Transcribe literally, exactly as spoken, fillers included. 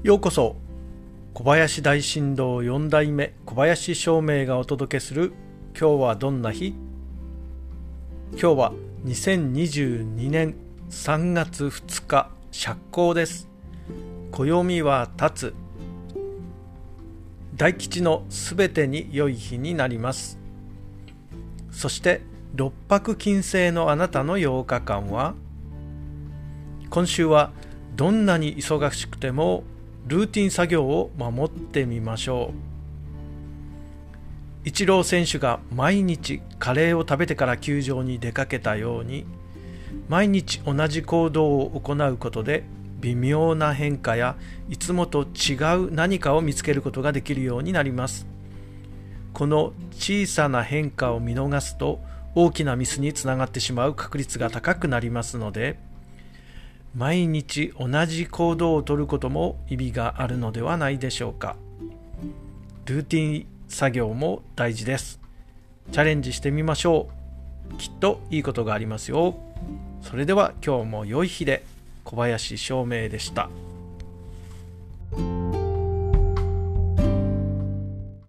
ようこそ。小林大震動よん代目小林照明がお届けする今日はどんな日。今日はにせんにじゅうにねんさんがつふつか釈光です。暦は立つ。大吉のすべてに良い日になります。そして六白金星のあなたのようかかんは、今週はどんなに忙しくてもルーティン作業を守ってみましょう。イチロー選手が毎日カレーを食べてから球場に出かけたように、毎日同じ行動を行うことで微妙な変化やいつもと違う何かを見つけることができるようになります。この小さな変化を見逃すと大きなミスにつながってしまう確率が高くなりますので、毎日同じ行動をとることも意味があるのではないでしょうか。ルーティン作業も大事です。チャレンジしてみましょう。きっといいことがありますよ。それでは今日も良い日で。小林照明でした。